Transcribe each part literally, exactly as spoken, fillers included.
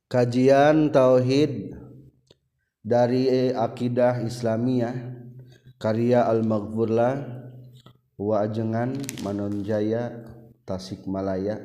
Kajian Tauhid dari Akidah Islamiyah karya Al-Maghfurlah wa Ajengan Manonjaya Tasikmalaya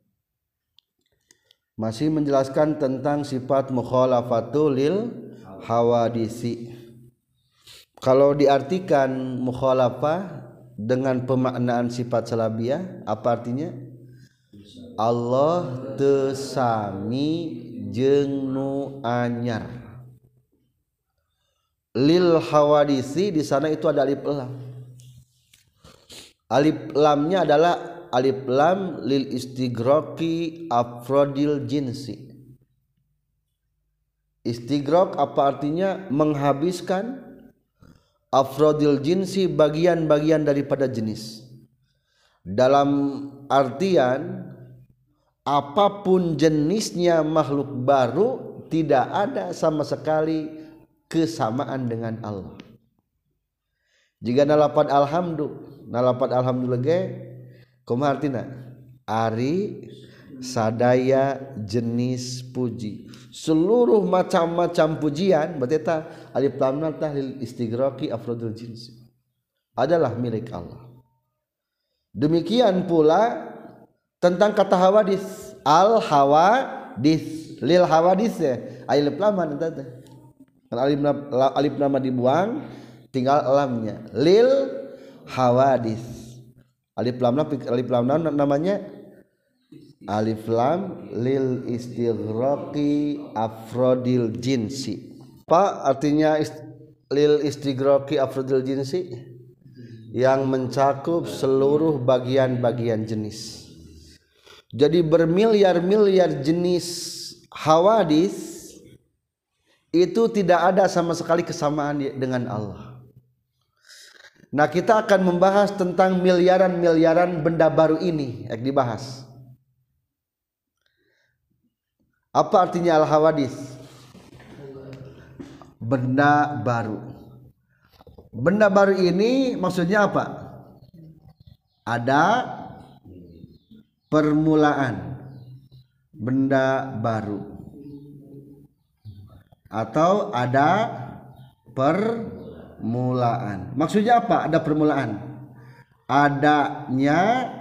masih menjelaskan tentang sifat mukhalafatul lil hawadisi. Kalau diartikan mukhalafah dengan pemaknaan sifat salabiyah, apa artinya? Allah teu sami jeung nu anyar. Lil hawadisi di sana itu ada alif lam. Alif lamnya adalah alif lam lil istighraqi afrodil jinsi. Istighraq apa artinya? Menghabiskan afrodil jinsi, bagian-bagian daripada jenis. Dalam artian apapun jenisnya makhluk baru tidak ada sama sekali kesamaan dengan Allah. Jika nalapad alhamdu, nalapad alhamdulillah ge kumaha artina? Ari sadaya jenis puji. Seluruh macam-macam pujian berarti eta alif lam tah lil istighraqi afrodil jinsi adalah milik Allah. Demikian pula tentang kata hawadis, al hawadis lil hawadis ya alif lam tah alif alif nama dibuang tinggal lamnya lil hawadis. Alif lam alif lam namanya alif lam lil istighraqi afrodil jinsi. Apa artinya ist, lil istighraqi afrodil jinsi? Yang mencakup seluruh bagian-bagian jenis. Jadi bermiliar-miliar jenis hawadis itu tidak ada sama sekali kesamaan dengan Allah. Nah, kita akan membahas tentang miliaran-miliaran benda baru ini yang dibahas. Apa artinya al-hawadis? Benda baru. Benda baru ini maksudnya apa? Ada permulaan. Benda baru. Atau ada permulaan. Maksudnya apa? Ada permulaan. Adanya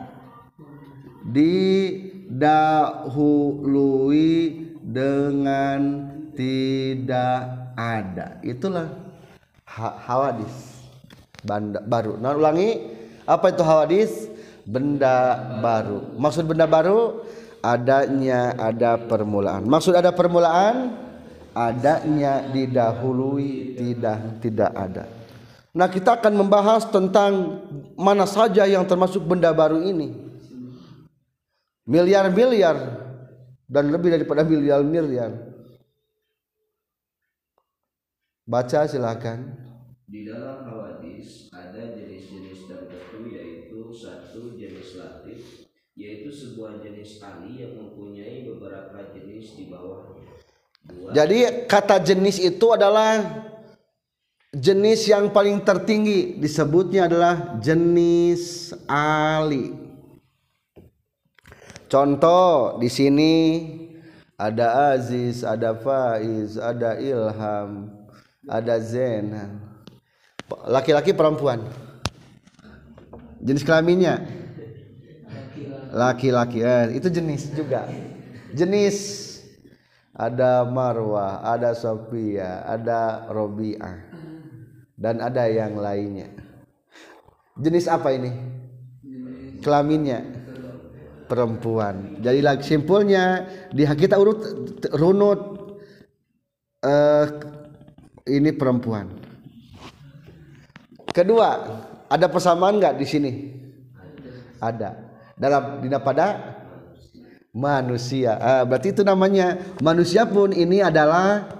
didahului dengan tidak ada. Itulah hawadis benda baru. Nah, ulangi, apa itu hawadis? Benda baru. Maksud benda baru adanya ada permulaan. Maksud ada permulaan adanya didahului tidak tidak ada. Nah, kita akan membahas tentang mana saja yang termasuk benda baru ini. Miliar-miliar dan lebih daripada miliar-miliar. Baca silakan. Di dalam hawadis ada jenis-jenis tertentu, yaitu satu jenis latif, yaitu sebuah jenis ali yang mempunyai beberapa jenis di bawahnya. Dua. Jadi kata jenis itu adalah jenis yang paling tertinggi, disebutnya adalah jenis ali. Contoh di sini ada Aziz, ada Faiz, ada Ilham, ada Zen. Laki-laki perempuan. Jenis kelaminnya laki-laki. Eh, itu jenis juga. Jenis ada Marwah, ada Sofia, ada Robiah, dan ada yang lainnya. Jenis apa ini? Kelaminnya perempuan. Jadi simpulnya di kita urut runut uh, ini perempuan. Kedua, ada persamaan nggak di sini? Ada. Dalam dina pada manusia. Ah, berarti itu namanya manusia pun ini adalah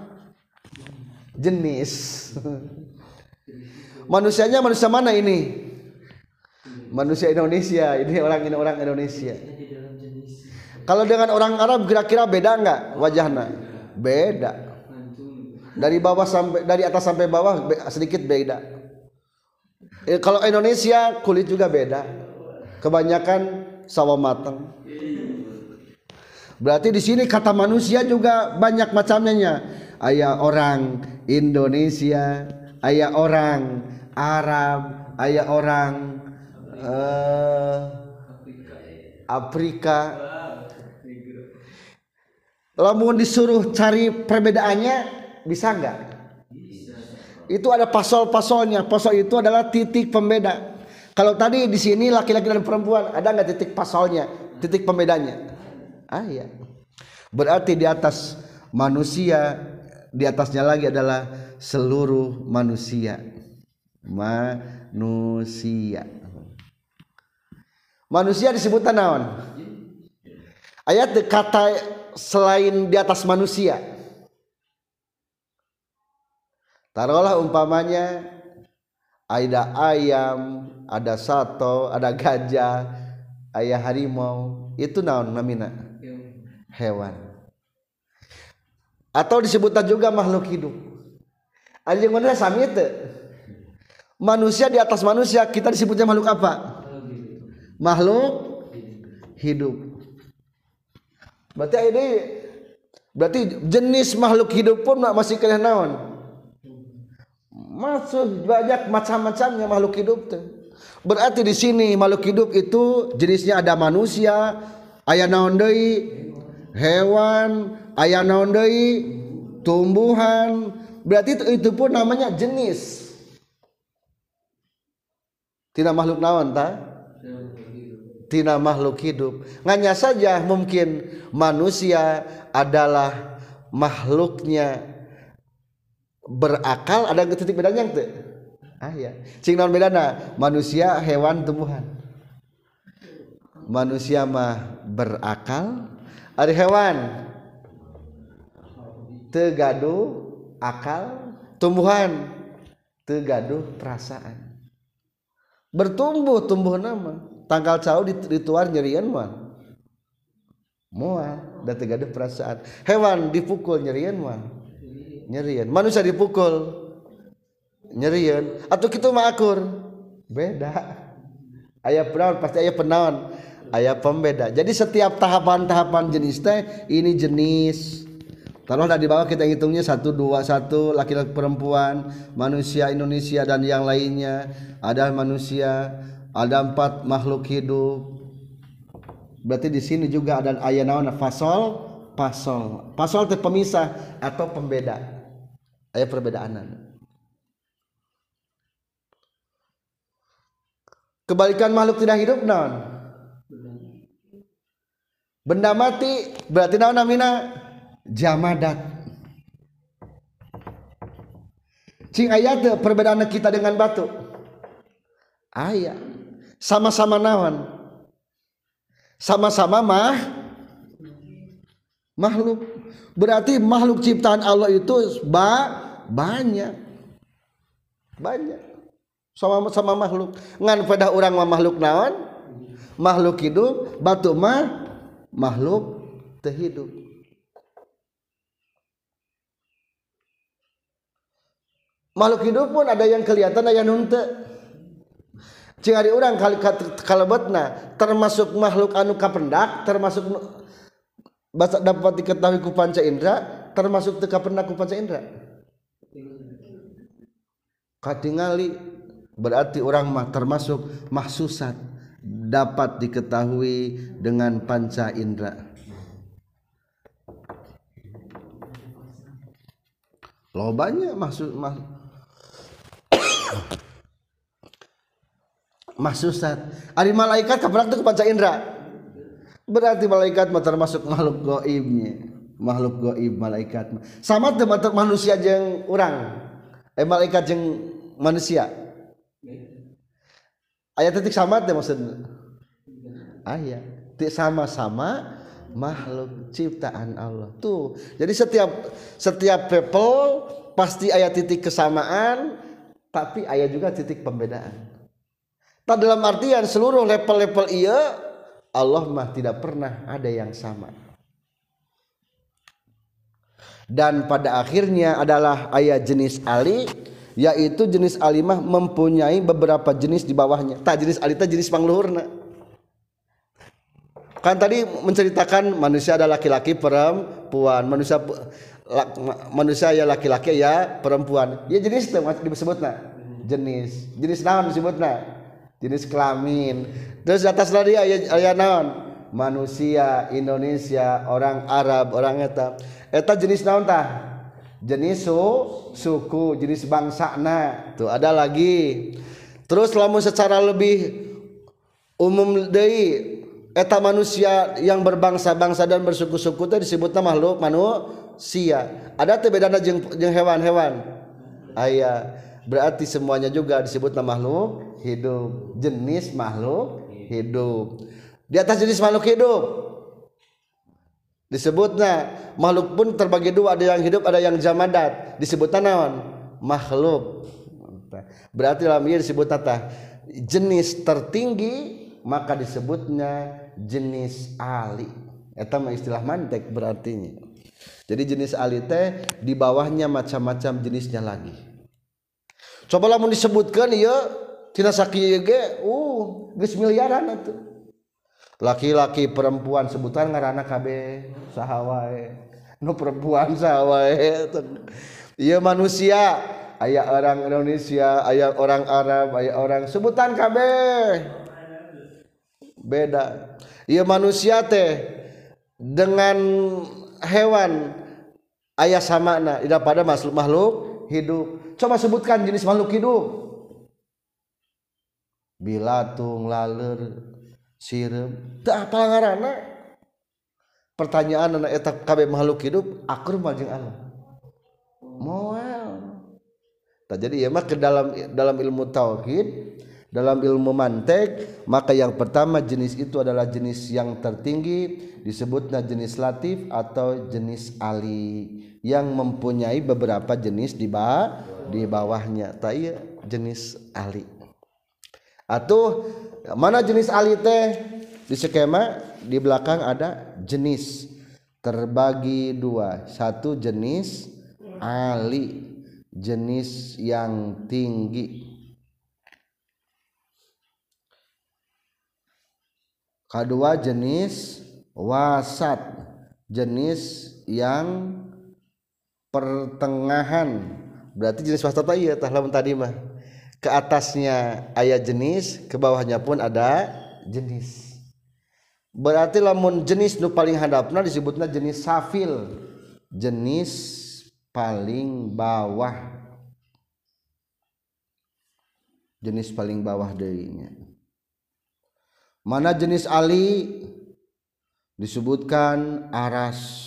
jenis. Manusianya manusia mana ini? Manusia Indonesia. Ini orang ini orang Indonesia. Kalau dengan orang Arab kira-kira beda nggak wajahnya? Beda. Dari bawah sampai dari atas sampai bawah sedikit beda. Eh, kalau Indonesia kulit juga beda. Kebanyakan sawo mateng. Berarti di sini kata manusia juga banyak macamnya. Aya orang Indonesia, aya orang Arab, aya orang uh, Afrika. Lamun disuruh cari perbedaannya bisa enggak? Itu ada pasal-pasalnya. Pasal itu adalah titik pembeda. Kalau tadi di sini laki-laki dan perempuan, ada enggak titik pasalnya, titik pembedanya? Ah ya. Berarti di atas manusia, di atasnya lagi adalah seluruh manusia. Manusia. Manusia disebut naon? Ayat kata selain di atas manusia. Taruhlah umpamanya ada ayam, ada sato, ada gajah, aya harimau, itu naon namina? Hewan. Atau disebutan juga makhluk hidup. Ada yang mana sami teu? Manusia di atas manusia, kita disebutnya makhluk apa? Makhluk hidup. Berarti ini berarti jenis makhluk hidup pun masih kena naon? Masuk banyak macam-macamnya makhluk hidup tuh. Berarti di sini makhluk hidup itu jenisnya ada manusia, aya naon deui? Hewan, aya naon deui? Tumbuhan. Berarti itu, itu pun namanya jenis. Tina makhluk naon ta? Tina makhluk hidup. Nganya saja mungkin manusia adalah makhluknya berakal, ada titik bedanya teu? Ah ya. Cing naon bedana? Manusia, hewan, tumbuhan. Manusia mah berakal, ari hewan teu gaduh akal, tumbuhan teu gaduh perasaan. Bertumbuh tumbuh nama tanggal cau dituar nyerian mah moal da teu gaduh perasaan. Hewan dipukul nyerian mah nyerian. Manusia dipukul nyerian. Atau kitu mah akur beda. Aya penaon pasti aya penaon, aya pembeda. Jadi setiap tahapan-tahapan jenis teh ini jenis. Taruhlah di bawah kita hitungnya satu dua satu laki-laki perempuan, manusia Indonesia dan yang lainnya. Ada manusia, ada empat makhluk hidup. Berarti di sini juga ada aya naon fasol, pasol. Pasol itu pemisah atau pembeda. Aya perbedaanan. Kebalikan makhluk tidak hidup naon? Benda mati berarti naon namina? Jamadat. Cing aya teu perbedaan kita dengan batu? Aya. Sama-sama naon? Sama-sama mah makhluk. Berarti makhluk ciptaan Allah itu ba banyak. Banyak. Sama-sama makhluk. Ngan pada urang mah makhluk naon? Makhluk hidup, batu mah makhluk teu hidup. Makhluk hidup pun ada yang kelihatan, ada yang henteu. Cing ari urang kalebetna termasuk makhluk anu kapendak, termasuk dapat diketahui ku panca indera, termasuk teu kapendak ku panca indera. Katingali berarti orang mah termasuk mahsusat, dapat diketahui dengan panca indera. Lobanya maksud mah mahsusat. Ari malaikat kaberak teh ku panca indera. Berarti malaikat mah termasuk makhluk gaibnya. Makhluk gaib malaikat mah. Sama teu manusia jeung urang. Eh malaikat jeung manusia. Aya titik sama teh maksudna. Aya. Ti sama-sama makhluk ciptaan Allah. Tuh. Jadi setiap setiap people pasti aya titik kesamaan, tapi aya juga titik pembedaan. Tak dalam artian seluruh level-level iya Allah mah tidak pernah ada yang sama. Dan pada akhirnya adalah ayat jenis ali, yaitu jenis alimah mempunyai beberapa jenis di bawahnya. Tak jenis ali tak jenis pangluhurna. kan tadi menceritakan manusia ada laki-laki perempuan, manusia lak, manusia ya laki-laki ya perempuan. Ya jenis itu disebutna. Jenis. Jenis naon disebutna? Jenis kelamin. Terus di atas tadi aya aya naon? Manusia, Indonesia, orang Arab, orang eta. Eta jenis naon tah? Jenis su, suku, jenis bangsana. Tuh ada lagi. Terus lamun secara lebih umum deui eta manusia yang berbangsa-bangsa dan bersuku-suku teh disebutna makhluk manusia. Ada teh bedana jeung jeung hewan-hewan? Aya. Berarti semuanya juga disebutna makhluk hidup, jenis makhluk hidup. Di atas jenis makhluk hidup disebutna makhluk pun terbagi dua, ada yang hidup, ada yang jamadat. Disebutna naon? Makhluk. Berarti dalam ieu disebutna tah jenis tertinggi, maka disebutnya jenis ali. Eta mah istilah mantek berartinya. Jadi jenis ali teh di bawahnya macam-macam jenisnya lagi. Coba lamun disebutkan ieu tina sakieu ge uh geus miliaran atuh. Laki-laki perempuan sebutan ngaranna kabeh saha wae. Nu perempuan saha wae. Ieu manusia, aya orang Indonesia, aya orang Arab, aya orang sebutan kabeh. Beda. Ieu manusia teh dengan hewan aya samana ida pada makhluk makhluk hidup. Coba sebutkan jenis makhluk hidup. Bilatung, laler, sireup, teu apal ngaranna. Pertanyaan anak eta kabeh makhluk hidup akur mah jeung Allah. Moal. Tah jadi ieu mah ke dalam dalam ilmu tauhid, dalam ilmu mantek, maka yang pertama jenis itu adalah jenis yang tertinggi, disebutnya jenis latif atau jenis ali yang mempunyai beberapa jenis di bawah di bawahnya. Tah ieu jenis ali. Atuh mana jenis ali teh? Di skema di belakang ada jenis terbagi dua. Satu jenis ali, jenis yang tinggi. Kedua jenis wasat, jenis yang pertengahan. Berarti jenis wasat ieu tah lamun tadi mah. Ke atasnya aya jenis, ke bawahnya pun ada jenis. Berarti lamun jenis nu paling handapna disebutna jenis safil, jenis paling bawah, jenis paling bawah deui nya. Mana jenis ali? Disebutkan aras.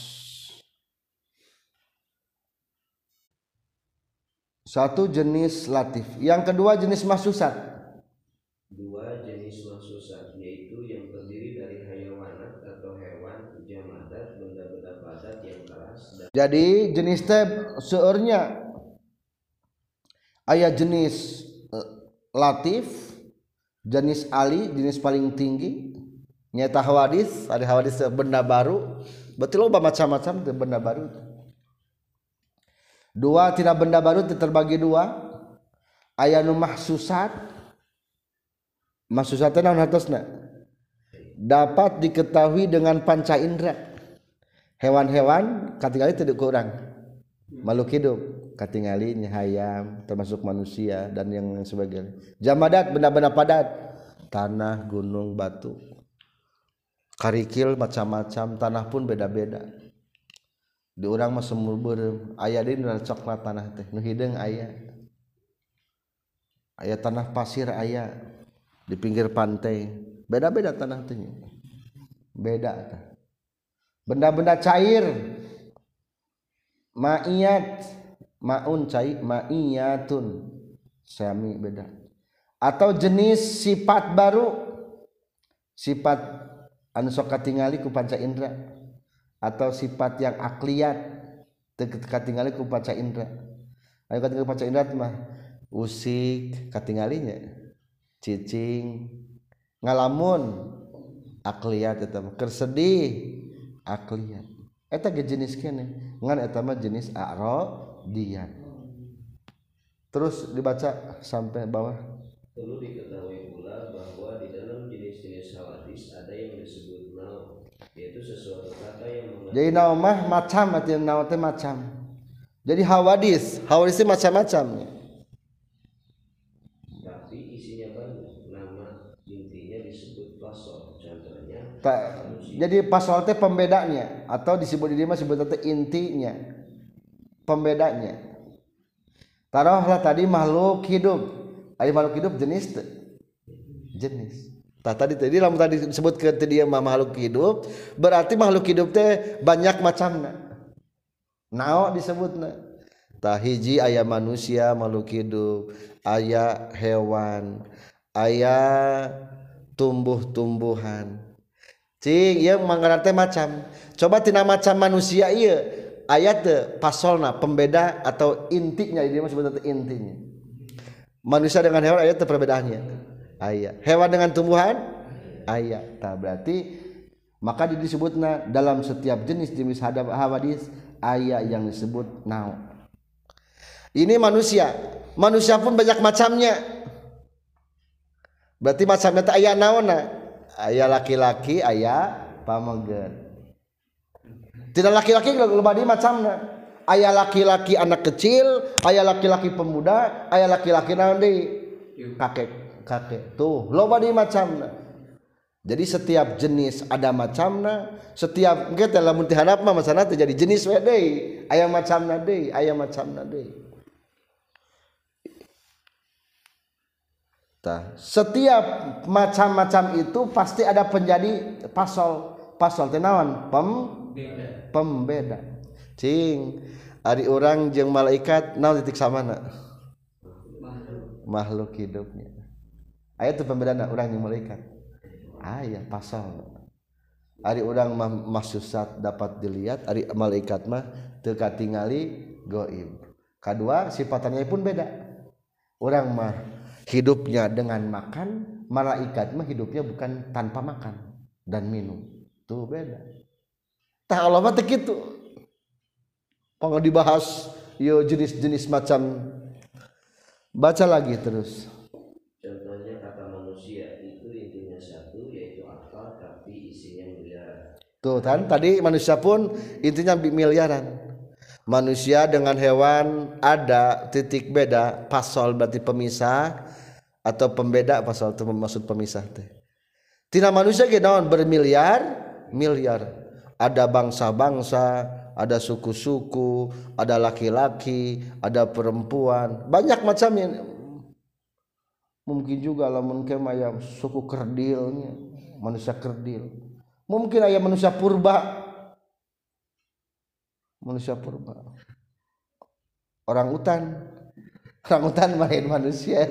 Satu jenis latif. Yang kedua jenis mahsusat. Dua jenis mahsusat, yaitu yang terdiri dari hayawanat atau hewan, jamadat, benda-benda padat yang keras. Dan jadi jenis teh seueurnya aya jenis latif, jenis ali, jenis paling tinggi. Nyata hawadis, ada hawadis benda baru. Betul loba macam-macam benda baru. Dua tina benda baru terbagi dua. Aya nu mahsusat. Mahsusat teh naon hartosna? Dapat diketahui dengan panca indera. Hewan-hewan katingali teu kurang. Makhluk hidup katingali nya hayam termasuk manusia dan yang sebagainya. Jamadat benda-benda padat. Tanah, gunung, batu. Karikil macam-macam, tanah pun beda-beda. Di urang mah sumur beureum, aya deui nu coklat tanah teh, nu hideung aya. Aya tanah pasir aya di pinggir pantai. Beda-beda tanah teh. Beda tah. Benda-benda cair. Ma'iyat, maun cair, ma'iyatun. Sami beda. Atau jenis sifat baru. Sifat anu sok katingali ku panca indera. Atau sifat yang akliyat katingali ku panca indera. Anu katingali panca indera mah usik katingalinya, cicing, ngalamun akliyat eta mah keur sedih akliyat. Eta ge jenis keneh, ngan eta mah jenis a'radiyat. Terus dibaca sampai bawah. Perlu diketahui pula bahwa di dalam jenis-jenis hawadis ada yang disebut naum. Jadi naon mah macam artinya naon teh macam. Jadi hawadis, hawadis itu macam-macam. Tapi isinya banyak. Nama intinya disebut fasol. Contohnya Pa, jadi pasal teh pembedanya atau disebut di mah sebut teh intinya. Pembedanya. Taruhlah tadi makhluk hidup. Ari makhluk hidup jenis teh. Jenis. Tah tadi tadi lamun tadi disebut ke dia makhluk hidup, berarti makhluk hidup teh banyak macamna. Nao disebutna. Tah hiji aya manusia makhluk hidup, aya hewan, aya tumbuh-tumbuhan. Cing ieu manggaran teh macam. Coba tina macam manusia ieu aya teu pasolna pembeda atau intinya ini disebut intinya. Manusia dengan hewan aya teu perbedaannya? Aya. Hewan dengan tumbuhan aya. Tah berarti maka disebutna dalam setiap jenis-jenis hawadis aya yang disebut naon. Ini manusia. Manusia pun banyak macamnya. Berarti macamnya teh aya naonna? Aya laki-laki, aya pameget. Tidak laki-laki loba di macamna. Aya laki-laki anak kecil, aya laki-laki pemuda, aya laki-laki naon deui? Kakek-kakek. Tuh, loba di macamna. Jadi setiap jenis ada macamna, setiap engke teh lamun teh handap mah masana teh jadi jenis we deui. Aya macamna deui, aya macamna deui. Setiap macam-macam itu pasti ada penjadi pasol. Pasol teh naon? Pem pembeda. Cing, ari urang jeung malaikat naon titik samana? Makhluk hidupnya. Aya teu pembedana urang jeung malaikat. Aya pasol. Ari urang mah mahsusat dapat dilihat, ari malaikat mah teu katingali gaib. Kadua sifatannya pun beda. Urang mah hidupnya dengan makan, malaikat mah hidupnya bukan tanpa makan dan minum. Tuh beda. Tah Allah mah teh kitu. Pangga dibahas yo jenis-jenis macam. Baca lagi terus. Contohnya kata manusia itu intinya satu yaitu akal tapi isinya miliaran. Tuh kan tadi manusia pun intinya miliaran. Manusia dengan hewan ada titik beda, pasol berarti pemisah atau pembeda, pasol itu maksud pemisah teh. Tina manusia ge naon bermiliar miliar. Ada bangsa-bangsa, ada suku-suku, ada laki-laki, ada perempuan, banyak macamnya. Mungkin juga lamun ke aya suku kerdilnya, manusia kerdil. Mungkin aya manusia purba. Manusia purba. Orang utan. Orang utan main manusia.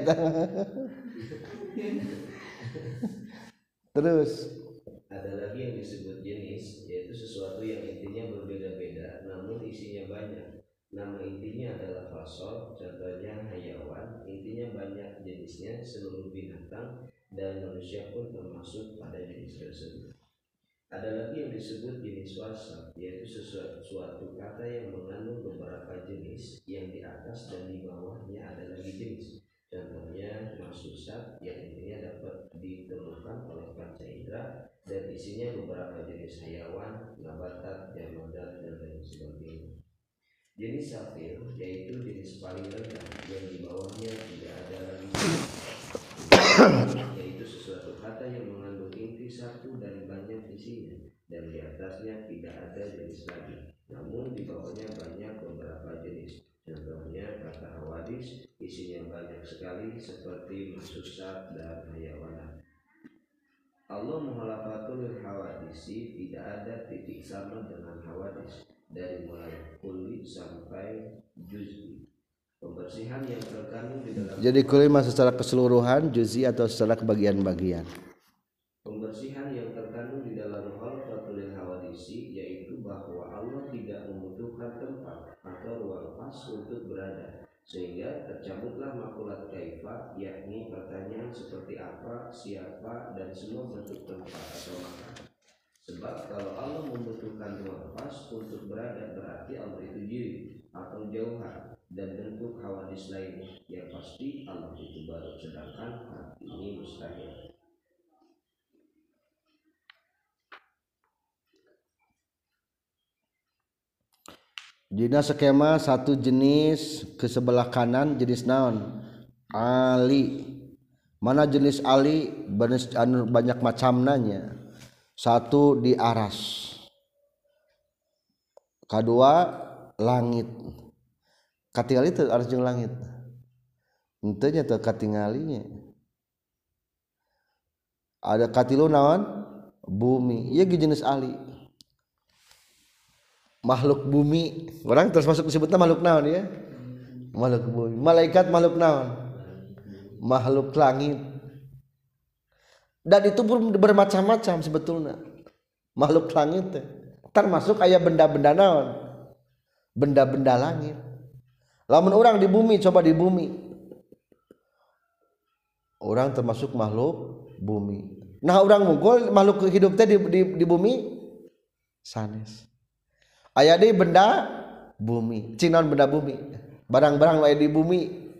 Terus ada lagi yang disebut jenis, yaitu sesuatu yang intinya berbeda-beda namun isinya banyak. Nama intinya adalah fasol. Contohnya hayawan, intinya banyak jenisnya, seluruh binatang dan manusia pun termasuk pada jenis tersebut. Ada lagi yang disebut jenis wasaf, yaitu sesuatu kata yang mengandung beberapa jenis yang di atas dan di bawahnya ada lagi jenis. Contohnya masusat yang intinya dapat ditemukan oleh panca indera dan isinya beberapa jenis hayawan, nabatat, jamadat dan lain sebagainya. Jenis safir yaitu jenis paling rendah yang di bawahnya tidak ada lagi jenis, yaitu sesuatu kata yang mengandung inti satu dan banyak isinya dan di atasnya tidak ada jenis lagi, namun di bawahnya banyak beberapa jenis. Contohnya kata hawadis isinya banyak sekali seperti masusat dan hayawanat. Allah muhalafatul hawadisi tidak ada titik sama dengan hawadis dari mulai kuli sampai juz'i. Pembersihan yang terkandung di dalam jadi kuli mah secara keseluruhan, juz'i atau secara kebagian-bagian. Pembersihan yang terkandung di dalam khalafatul hawadisi yaitu bahwa Allah tidak membutuhkan tempat atau ruang pas untuk berada, sehingga tercabutlah makulat kaifa, yakni pertanyaan seperti apa, siapa, dan semua bentuk tempat atau makan. Sebab kalau Allah membutuhkan ruang pas untuk berada, berarti Allah itu diri atau jauhan dan bentuk hawadis lainnya, yang pasti Allah itu baru, sedangkan hal ini mustahil. Dina skema satu jenis ke sebelah kanan jenis naon ali. Mana jenis ali banyak macam nanya. Satu di aras, kedua langit. Katingali itu aras jeung langit. Henteu nya teu katingalinya. Ada katilu naon? Bumi. Ieu ge jenis ali. Makhluk bumi. Orang terus masuk disebutna makhluk naon ya? Makhluk bumi. Malaikat makhluk naon? Makhluk langit. Dan itu bermacam-macam sebetulnya. Makhluk langit teh. Termasuk aya benda-benda naon? Benda-benda langit. Lamun orang di bumi, coba di bumi. Orang termasuk makhluk bumi. Nah orang mungkul makhluk hidup teh di, di, di bumi sanes. Aya deui benda bumi. Cing naon benda bumi? Barang-barang aya di bumi.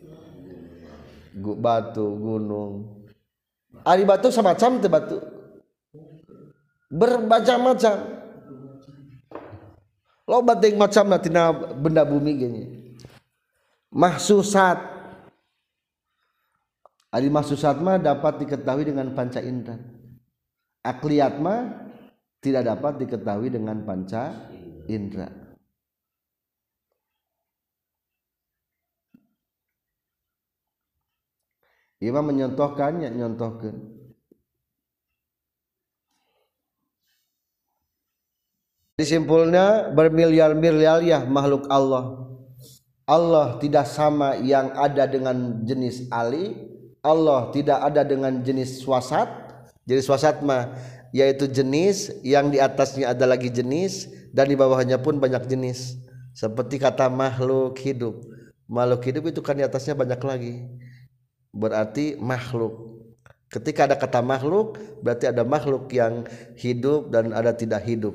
Batu, gunung. Ari batu samacam teh batu. Bermacam-macam. Loba teh macamna tina benda bumi gini. Mahsusat. Ari mahsusat mah dapat diketahui dengan panca indera. Akliyat mah tidak dapat diketahui dengan panca indera. Imam menyontohkannya, nyontohkan. Disimpulnya bermiliar-miliar ya makhluk Allah. Allah tidak sama yang ada dengan jenis ali. Allah tidak ada dengan jenis swasat. Jenis swasat mah yaitu jenis yang di atasnya ada lagi jenis dan di bawahnya pun banyak jenis. Seperti kata makhluk hidup. Makhluk hidup itu kan di atasnya banyak lagi. Berarti makhluk. Ketika ada kata makhluk, berarti ada makhluk yang hidup dan ada tidak hidup.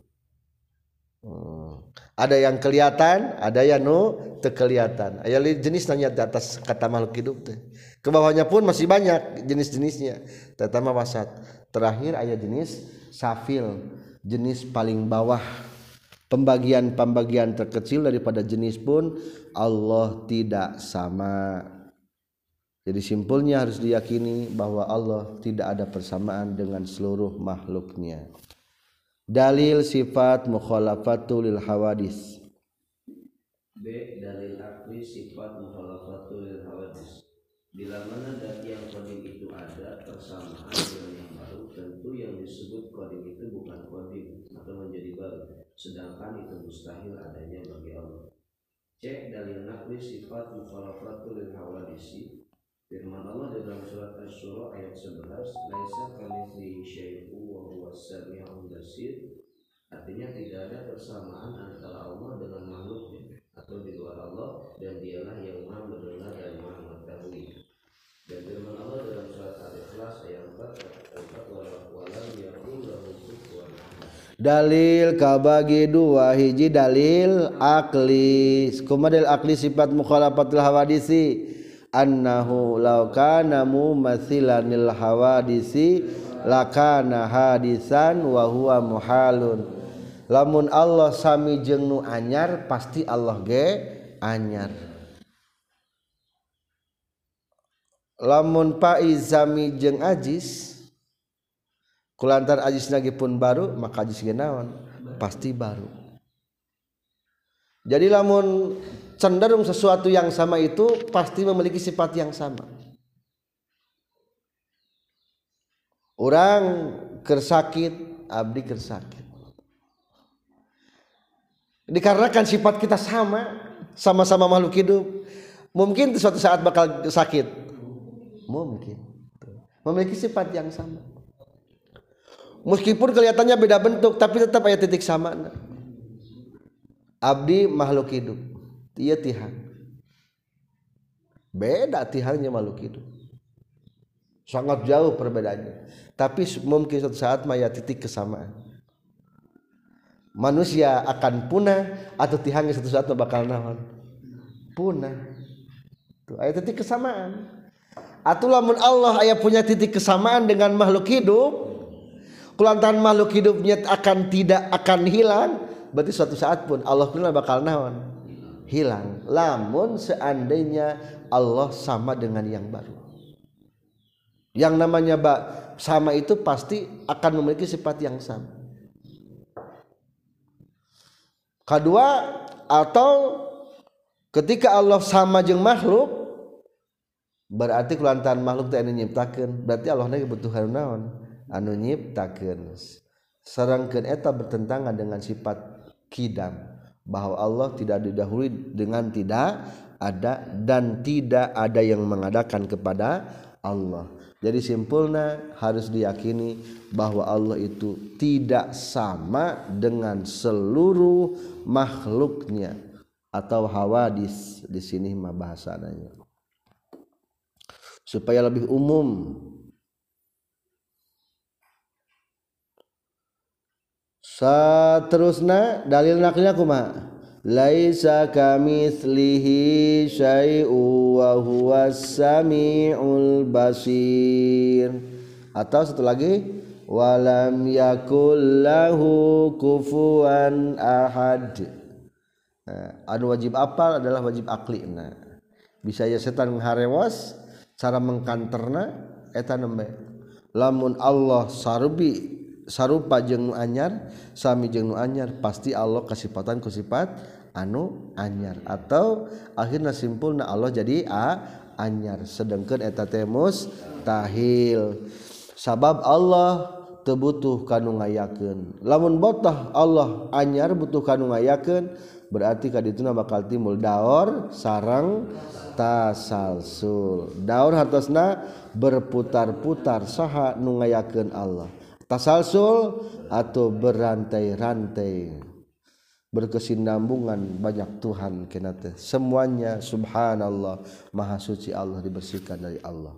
Hmm. Ada yang kelihatan, ada yang nu teu kelihatan. Aya jenis nanya di atas kata makhluk hidup teh. Ke bawahnya pun masih banyak jenis-jenisnya. Terutama wasat. Terakhir aya jenis safil, jenis paling bawah. Pembagian-pembagian terkecil daripada jenis pun Allah tidak sama. Jadi simpulnya harus diyakini bahwa Allah tidak ada persamaan dengan seluruh makhluknya. Dalil sifat mukhalafatul lil hawadis. B. Dalil akli sifat mukhalafatul lil hawadis. Bila mana dat yang qadim itu ada persamaan dengan yang baru, tentu yang disebut qadim itu bukan qadim atau menjadi baru, sedangkan itu mustahil adanya bagi Allah. C. Dalil akli sifat mukhalafatul lil hawadisi. Firman Allah dalam surat Asy-Syura ayat sebelas, "Laisa kamitslihi syai'un wa huwas sami'ul basir." Artinya tidak ada persamaan antara Allah dengan makhluknya atau di luar Allah, dan dialah yang Maha mendengar dan Maha mengetahui. Dan firman Allah dalam surat Al-Ikhlas ayat empat, "Walam yakul lahu kufuwan ahad." Dalil kabagi dua hiji dalil akli. Kumaha dalil akli sifat mukhalafatul hawadisi? Annahu law kana mumathilanil hawadisi lakana hadisan wa huwa muhalun. Lamun Allah sami jeung nu anyar pasti Allah ge anyar. Lamun faiz sami jeung ajis kulantar ajis lagi pun baru maka ajis ge naon pasti baru. Jadi lamun cenderung sesuatu yang sama itu pasti memiliki sifat yang sama. Orang kersakit, abdi kersakit. Dikarenakan sifat kita sama, sama-sama makhluk hidup, mungkin suatu saat bakal sakit. Mungkin. Memiliki sifat yang sama. Meskipun kelihatannya beda bentuk, tapi tetap ada titik sama. Abdi makhluk hidup. Iya tihang. Beda tihangnya makhluk hidup. Sangat jauh perbedaannya. Tapi mungkin suatu saat maya titik kesamaan. Manusia akan punah atau tihangnya suatu saat bakal naon? Punah. Tuh aya titik kesamaan. Atuh lamun Allah aya punya titik kesamaan dengan makhluk hidup, kulantaran makhluk hidupnya akan tidak akan hilang, berarti suatu saat pun Allah kuna bakal naon hilang lamun seandainya Allah sama dengan yang baru. Yang namanya sama itu pasti akan memiliki sifat yang sama. Kedua, atau ketika Allah sama jeung makhluk berarti kulantaran makhluk teh anu nyiptakeun, berarti Allah na kebutuhan naon? Anu nyiptakeun. Sarengkeun eta bertentangan dengan sifat qidam, bahwa Allah tidak didahului dengan tidak ada dan tidak ada yang mengadakan kepada Allah. Jadi simpulnya harus diyakini bahwa Allah itu tidak sama dengan seluruh makhluknya atau hawadis di sini mah bahasanya. Supaya lebih umum. Saterusna dalil naklina kumaha? Laisa kamitslihi syai'un wa huwas samiul basir. Atau satu lagi walam yakul lahu kufuwan ahad. Nah, anu wajib apal adalah wajib aklina. Bisa ya setan ngarewas cara mengkanterna eta nembe. Lamun Allah sarubi sarupa jeung nu anyar sami jeung nu anyar pasti Allah kasifatan ku sifat anu anyar atau akhirna simpulna Allah jadi a anyar sedengkeun eta teh mustahil sabab Allah teu butuh kanu ngayakeun. Lamun botoh Allah anyar butuh kanu ngayakeun berarti kadituna bakal timbul daur sareng tasalsul. Daur hartosna berputar-putar saha nu ngayakeun Allah. Tasalsul atau berantai-rantai berkesinambungan banyak Tuhan kena teh semuanya subhanallah maha suci Allah dibersihkan dari Allah.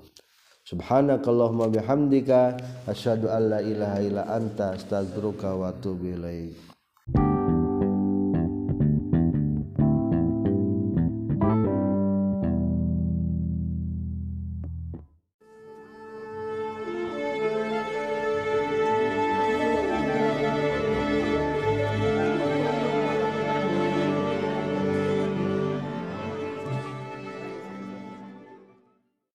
Subhanakallahumma bihamdika asyhadu an la ilaha illa anta astaghfiruka wa atubu ilaik.